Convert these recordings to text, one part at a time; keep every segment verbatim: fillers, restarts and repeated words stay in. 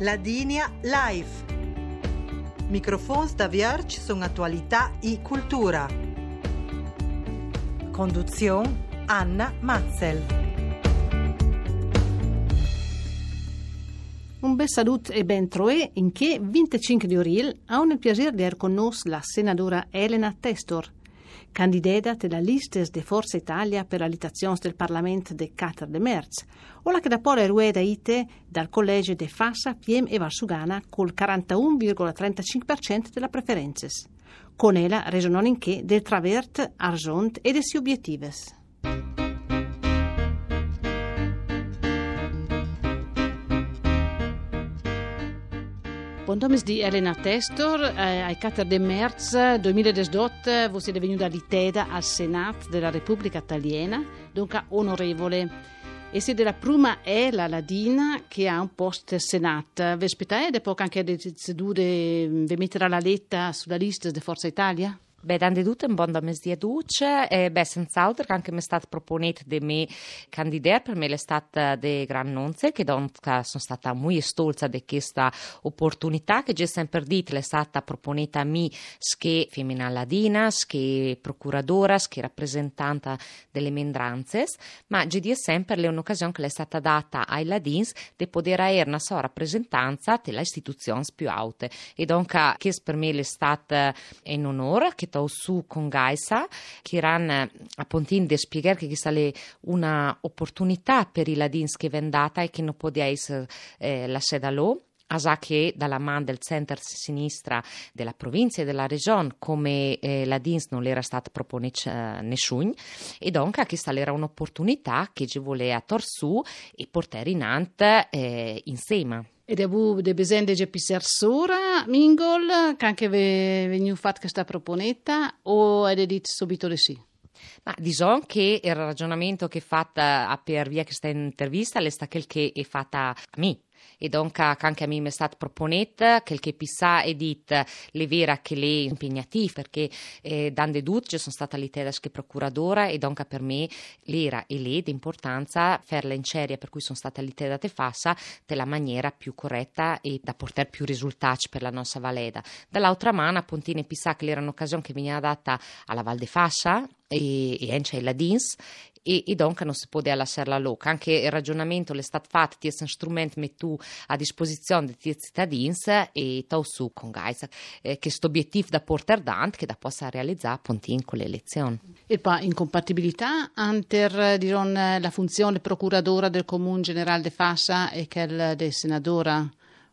Ladinia Live. Microfons da Vierge sono attualità e cultura. Conduzione Anna Matzel. Un bel saluto e ben troé in che venticinque di aprile ha il piacere di riconoscere la senadora Elena Testor, candidata della lista de Forza Italia per la litazione del Parlamento del quattro di marzo, o la che da poi rueda ite dal collegio de Fassa, Piem e Valsugana col quarantuno virgola trentacinque per cento della preferenze. Con ella resonò in che del travert, arzont e dei suoi obiettivi. Buon di Elena Testor, eh, ai quattro di marzo duemiladiciotto voi siete venuta all'Iteda al Senato della Repubblica Italiana, dunque onorevole, e siete la prima è la Ladina che ha un posto al Senato. Vi aspettate poi anche le procedure, vi metterà la letta sulla lista di Forza Italia? Beh, dande tutte un buon da mesi a duce, e beh, senz'altro che anche mi è stato proponete di me candidare, per me è stata de gran nonze, che donca sono stata molto stolza di questa opportunità, che già sempre dite è stata proponeta a me, che femmina ladina, che procuradora, che rappresentante delle mendranze, ma già di sempre è un'occasione che le è stata data ai ladins di poter avere una sua rappresentanza delle istituzioni più alte, e donca che per me è stata in onore, che su con Gaisa, che erano appunto di spiegare che questa è una opportunità per i ladins che vendata e che non poteva essere eh, la sede loro. Asa che dalla man del center sinistra della provincia e della regione come eh, la D I N S non era stata proposta eh, nessuno, e dunque questa era un'opportunità che ci voleva torsù e portare in ante eh, insieme. Ed avu de besende già pisser sora, Mingol, che anche ve veniu fatto questa proponetta, o è detto subito di sì? Ma diciamo che il ragionamento che è fatta per via questa intervista è stato quel che è fatta a me. E dunque anche a me mi è stato proponetta quel che pissa e dit le vera che le impegnativo, perché eh, dande dut sono stata l'itera che procuradora, e dunque per me l'era e le di importanza farla in serie, per cui sono stata l'itera te fassa della maniera più corretta e da portare più risultati per la nostra valeda. Dall'altra mano appunto ne pissa che era un'occasione che veniva data alla Val de Fassa e, e Ence la D I N S, e, e dunque non si poteva lasciarla loca. Anche il ragionamento è stato fatto di essere un strumento mettu a disposizione dei cittadini e tau su con Gaisa eh, che questo obiettivo da portare davanti che da possa realizzare appunto in quelle elezioni. E poi incompatibilità entre diron, la funzione procuradora del Comune Generale de Fassa e quella del senadora,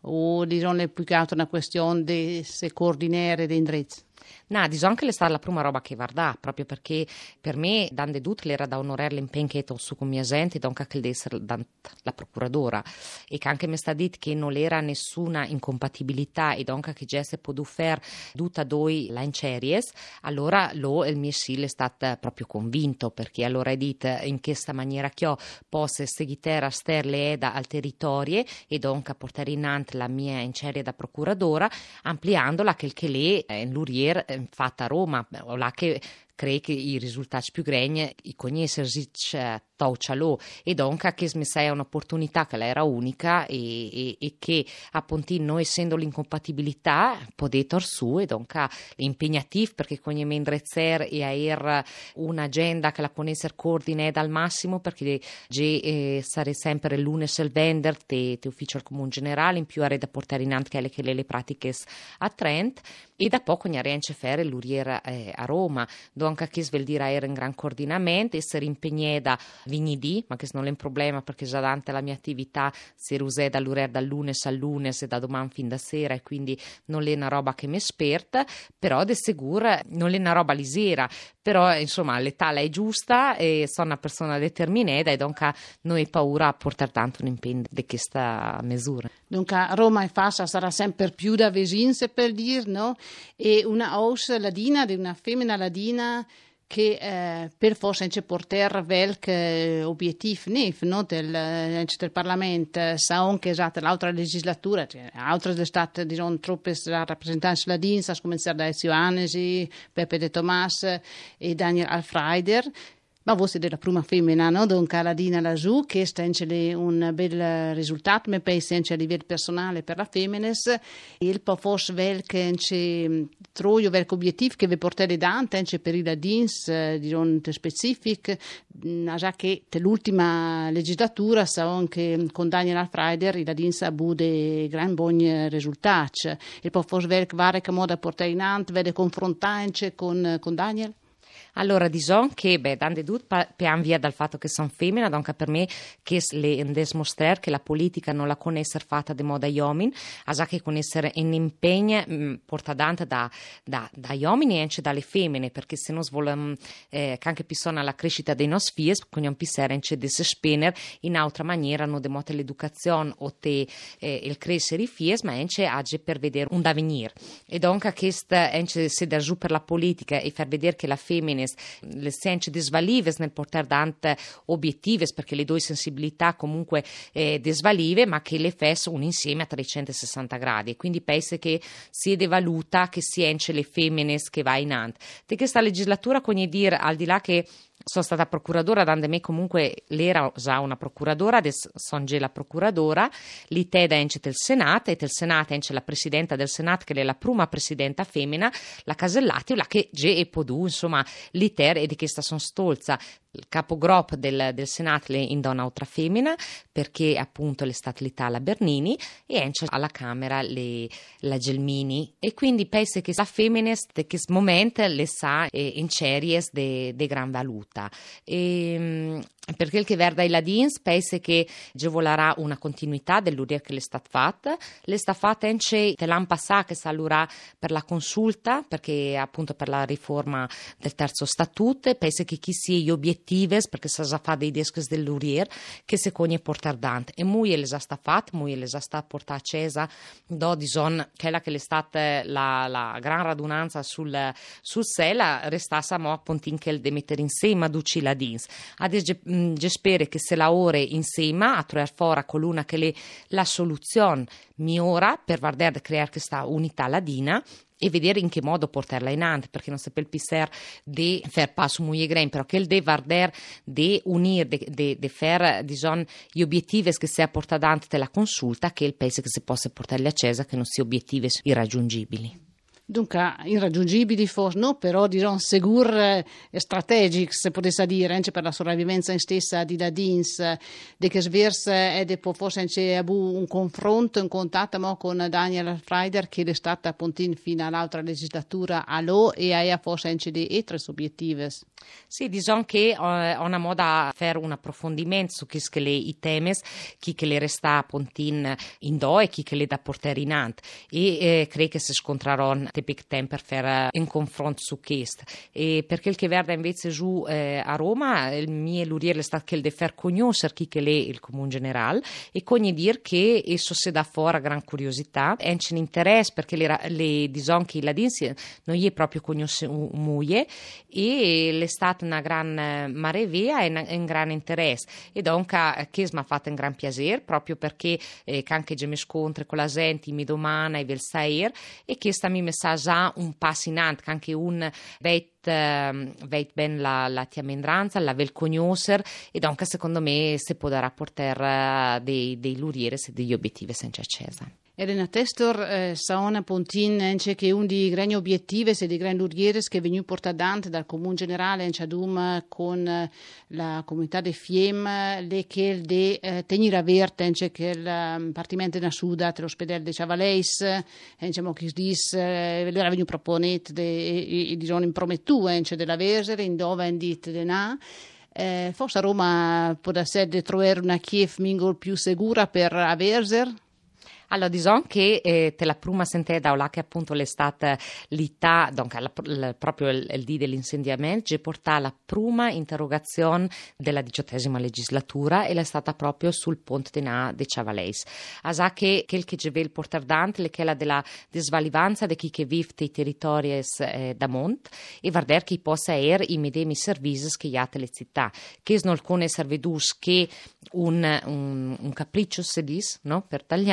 o diron è più che altro una questione di se coordinare dei indirizzi? No, diciamo che è stata la prima roba che guarda, proprio perché per me dande dut era da onorare l'impegno che su con mia gente, donc anche di essere la procuradora, e che anche mi sta detto che non era nessuna incompatibilità, e donc che già se può fare tutta due la inceries, allora lo il mio sì è stato proprio convinto, perché allora è detto in questa maniera che io posso seguire a sterle eda al territorio e donc a portare in ante la mia inceria da procuradora, ampliandola che il che lei in lurier fatta a Roma, o là che crei che i risultati più grandi i conoscersi taucialo, e donc che mi sei un'opportunità che era unica e, e, e che appunto noi essendo l'incompatibilità potete su, e donc impegnativo, perché con i mendrezzer e aver un'agenda che la conoscer coordine dal massimo, perché già eh, sarei sempre il lunes il vender te, te ufficio al Comune Generale, in più arei da portare in avanti che le, le pratiche a Trent, e da poco ne arei fare l'uriera eh, a Roma. Anche che vuol dire avere un gran coordinamento, essere impegnata venerdì, ma che non è un problema perché già dante la mia attività si usa dall'urer dal lunes al lunes e da domani fin da sera, e quindi non è una roba che mi esperta, però di sicuro non è una roba lisera, però insomma l'età è giusta e sono una persona determinata, e dunque non ho paura a portare tanto un impegno di questa misura. Dunque Roma e Fassa sarà sempre più da vecinse, per dire, no? E una os ladina di una femmina ladina che eh, per forse non c'è portare qualche obiettivo nef, no? del, del Parlamento, sa anche esatto l'altra legislatura, cioè, altre state diciamo troppe rappresentanti ladini, a cominciare da Ezio Anesi, Pepe De Tomas e Daniel Alfreider. Ma voi siete la prima femmina, no? Don Caladina laggiù, che sta un bel risultato, mi penso anche a livello personale per la femines. Il po' forse vel che troio vel obiettivo che vi portate davanti anche per il dins di un specific, già che l'ultima legislatura sa anche con Daniel Alfreider il dins ha avuto gran buoni risultati. Il po' forse vel che vare che moda portare in ant, vede confrontare con, con Daniel? Allora, diciamo che, beh, dande dut pian via dal fatto che sono femmina, donc per me che le desmostrar che la politica non la con essere fatta di moda gli uomini, a già che con essere in impegno mh, portata da, da, da gli uomini e anche dalle femmine, perché se non vogliamo eh, che anche pisona la crescita dei nostri figli, quindi non pisare anche di se spendere in altra maniera, non demote l'educazione o te, eh, il crescere i figli, ma anche agge per vedere un avvenire. E donc che anche se da giù per la politica e far vedere che la femmina le sense disvalive nel portare dante obiettive perché le due sensibilità comunque eh, disvalive ma che le fes un insieme a trecentosessanta gradi e quindi penso che si devaluta che si ence le femmine che va in ant di questa legislatura con dire al di là che sono stata procuradora, dando me comunque l'era già una procuradora, adesso sono già la procuradora, l'I T E D è del Senato, e del Senato è la presidenta del Senato, che è la prima presidenta femmina, la Casellati, la che già è podu, insomma, l'I T E R e di questa sono stolza. Il capogruppo del, del Senato è in donna altra femmina, perché appunto è stata l'Italia Bernini, e anche alla Camera le, la Gelmini, e quindi penso che la femmina in questo momento le sa eh, in series de, de gran valuta. E, perché il che verda i ladins penso che gevolerà una continuità dell'uria che le sta fatta le sta fatta anche l'anno passato che salurà per la consulta perché appunto per la riforma del terzo statuto penso che chi sia gli obiettivi perché sa già fa dei desques dell'urier che se cogne portare dante e muie le già sta fatta muie le già sta portata accesa do di zon quella che le stata la, la gran radunanza sul, sul sela restasse a mo appunto in che de mettere insieme duci ladins adesso io spero che se la ore insieme a trovare fuori con l'una che è la soluzione migliora per vedere creare questa unità ladina e vedere in che modo portarla in avanti perché non si può pensare di fare passo molto grande però che il deve vedere di unire di fare diciamo, gli obiettivi che si è portato avanti della consulta che il paese che si possa portarli accesa che non siano obiettivi irraggiungibili. Dunque, irraggiungibili forse no, però diciamo sicur eh, strategici, se potesse dire, anche per la sopravvivenza in stessa di Dadins, di che sverse e di può forse anche avuto un confronto, un contatto mo, con Daniel Alfreider che è stata appunto fino all'altra legislatura all'O e ha forse anche di altre obiettivi. Sì, diciamo che eh, ho una moda a fare un approfondimento su chi che le i temi, chi che le resta appunto in, in do e chi che le da portare in ant e eh, credo che si scontrerò big time per fare un confronto su questo e perché il che verda invece giù eh, a Roma il mio luriere è stato che il de far conoscere chi che è il comune generale e cogni dire che esso si dà fuori gran curiosità e c'è un interesse perché le, le diciamo che la dinsi non gli è proprio conosce muie e l'è stata una gran marevia e una, un gran interesse e donc che mi ha fatto un gran piacere proprio perché eh, che anche mi scontri con la gente mi domanda e vel sair e che sta mi messa già un passo in avanti, anche un veit, uh, veit ben la, la tiamendranza, la vel conoscer e donc secondo me si può dare a portare dei, dei lurieri e degli obiettivi senza accesa. Elena Testor, eh, Saona Pontin, anche che un di grandi obiettivi e di grandi urieres che venu portati dal Comune Generale in Ciadum con eh, la comunità de Fiem, le che de eh, tenere averte anche che il um, partimento da Suda, l'ospedale de Chavaleis, e diciamo che dis, eh, l'era venu proponet de, e, e diciamo in promettu anche della Vesere, in dove in dit de na. Eh, forse a Roma può essere trovare una Kiev mingol più sicura per Averser? Allora, diciamo che eh, te la prima sentita da là che appunto l'estate l'Ita, donc la, la, proprio il, il dì dell'incendiamento, ci porta la prima interrogazione della diciottesima legislatura e l'è stata proprio sul ponte di Na de Chavaleis. A sa che quel che ci il portar dante è quella della disvalivanza di chi che vive nei territori eh, da mont e guardare che possa avere i medesimi servizi che ha le città, che sono alcune servedus che un, un, un capriccio si dice, no, per tagliare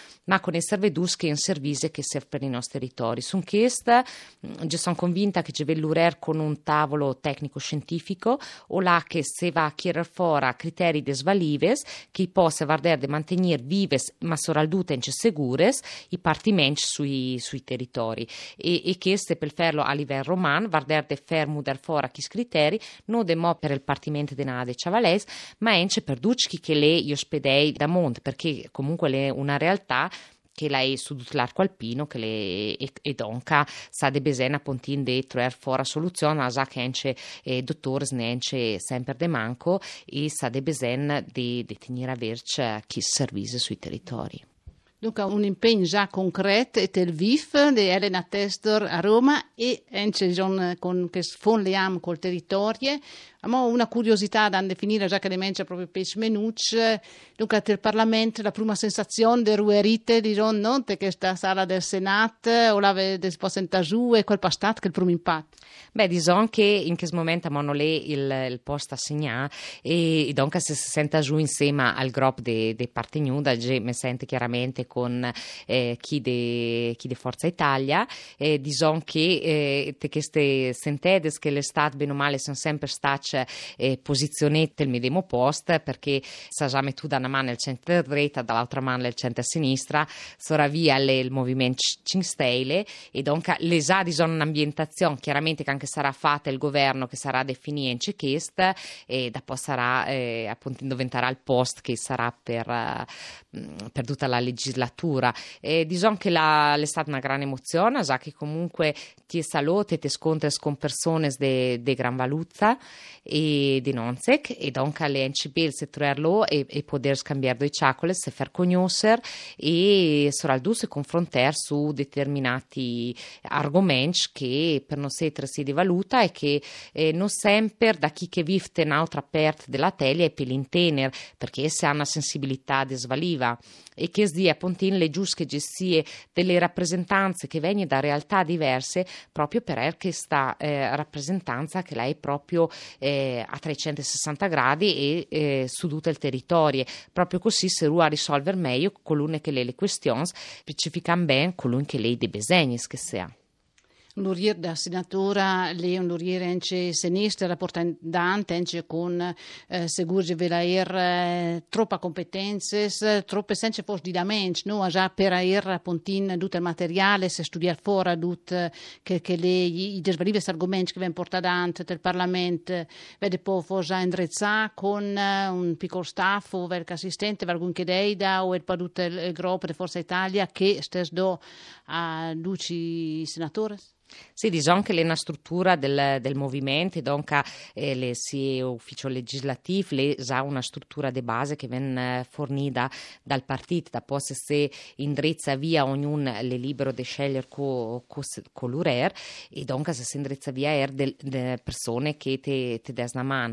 ma con essere vedus che è un servizio che serve per i nostri territori. Su questa io sono convinta che ci vell'urer con un tavolo tecnico-scientifico o là che se va a chiedere fuori criteri de svalives che possa vardere de mantenere vives ma soraldutence segures i partimenti sui, sui territori e, e che se per farlo a livello romano vardere de fermo der fora chi criteri non demo per il partimento de nade ciavales ma ence per ducchi che le io spedei da monte perché comunque è una realtà che lei su tutto l'arco alpino che le e, e donca sa de besena pontin de troer fora soluzione a sa che ence eh, dottores nence sempre de manco e sa de besen de, de tenere averci chi servizi sui territori. Dunque un impegno già concreto e tel V I F di Elena Testor a Roma e ence con che sfonleiamo col territorio. Abbiamo una curiosità da definire già che le mangia proprio pesce menucci. Dunque del Parlamento la prima sensazione de ruerite di John no? Di questa sala del Senato o la si può sentire giù e quel pastat che il primo impatto. Beh, diciamo che in questo momento abbiamo lì il, il posto assegnato e dunque se si sente giù insieme al gruppo di parte nuda, mi sente chiaramente con eh, chi di Forza Italia e diciamo che eh, queste sentedes che l'estate bene o male sono sempre state eh, posizionate al medesimo posto perché sappiamo tu da una mano il centro-destra dall'altra mano il centro-sinistra sarà via le, il movimento cinque Stelle e dunque l'esate sono un'ambientazione chiaramente che anche sarà fatta il governo che sarà definito in cechest e dopo sarà eh, appunto diventerà il post che sarà per, uh, per tutta la legislatura e diciamo che la, è stata una grande emozione sa che comunque ti salute ti scontri con persone di gran valuta e di nonsec e dunque le encibel se trovarlo e, e poter scambiare due ciacole se far conoscere e soraldu se confrontare su determinati argomenti che per non essere si di valuta e che eh, non sempre da chi che vive in altra parte della tele è per l'intener perché esse hanno una sensibilità desvaliva e che si appuntin le giuste gestie delle rappresentanze che vengono da realtà diverse proprio per questa eh, rappresentanza che lei è proprio eh, a trecentosessanta gradi e eh, su tutto il territorio proprio così si riesce a risolvere meglio colune che le, le questioni specificano bene colune che lei dei bisogni che sia. Un lurier da senatora, lei un lurier ence sinistra, rapportante ence con eh, segurge velaer eh, troppa competenze, troppe senza forse di damage, no? Già per aer pontin tutto il materiale, se studiare fuori tutto che, che lei, i desvalivi argomenti che vengono portati davanti del Parlamento, vede poi forse indrezzare con uh, un piccolo staff o qualche assistente, qualcuno che deida o per tutto il, il gruppo di Forza Italia che stes do a duci senatori? Sì, diciamo che è una struttura del, del movimento, dunque eh, le sia ufficio legislativo, le ha una struttura di base che viene fornita dal partito, da poi se indrizza via ognuno le libero di scegliere co, co, co l'urer e dunque se si indrizza via er delle persone che te, te des una mano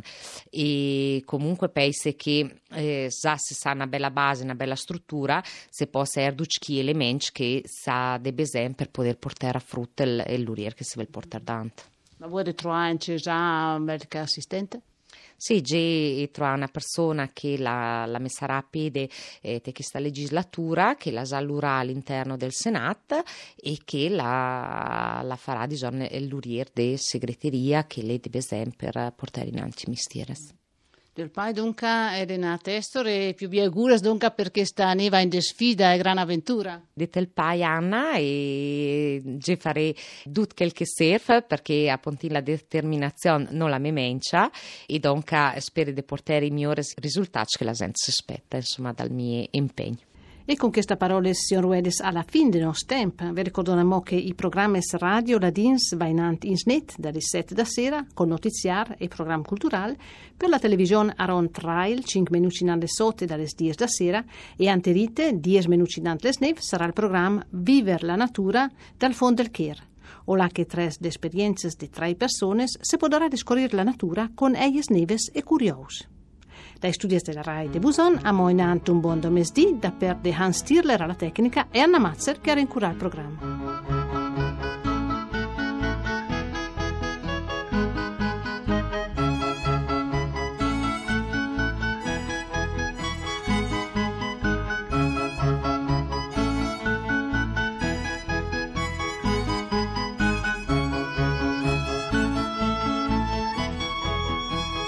e comunque penso che eh, già se sa una bella base, una bella struttura, se possa erducchi elementi che sa de besen per poter portare a frutto il, il l'urier che si vuole portare davanti. Ma vuoi trovare già un bel assistente? Sì, già trovare una persona che la, la messerà a piede eh, di questa legislatura, che la salurà all'interno del Senato e che la, la farà diciamo, l'urier di segreteria che lei deve sempre portare in avanti mistieres. Del pai dunque Elena Testor e più vi auguro dunque perché sta neva in sfida e gran avventura. Dite il pai Anna e già farei tutto quel che serve perché appunto la determinazione non la mencia e dunque spero di portare i migliori risultati che la gente si aspetta insomma dal mio impegno. E con questa parola, signor Ruedes, alla fine del nostro tempo. Vi ricordiamo che i programmi radio Ladins vanno in net dalle sette da sera con notiziar e programma culturale per la televisione Aron Trail cinque minuti in alle sette dalle dieci da sera e anterite dieci minuti in alle neve sarà il programma Viver la natura dal Fondo del Chier. O là che tre esperienze di tre persone si podrà scoprire la natura con elles neves e curiose. Dai studi della RAI de Buson a Moinant un buon domesdì da per de Hans Stirler alla tecnica e Anna Mazzer che ha rincurato il programma.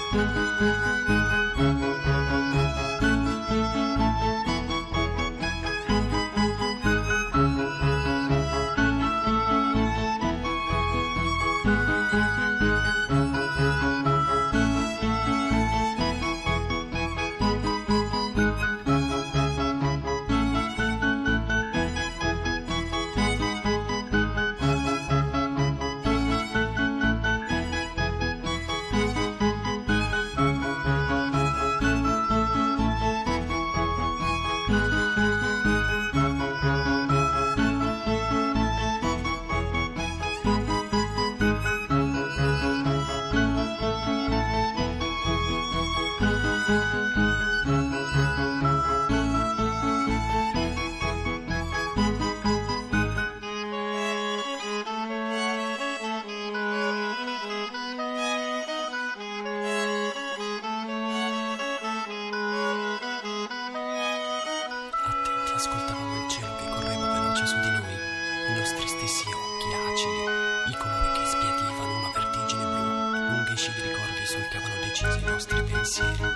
Ascoltavamo il cielo che correva veloce su di noi, i nostri stessi occhi acidi, i colori che sbiadivano una vertigine blu, lunghi sci di ricordi solcavano decisi i nostri pensieri.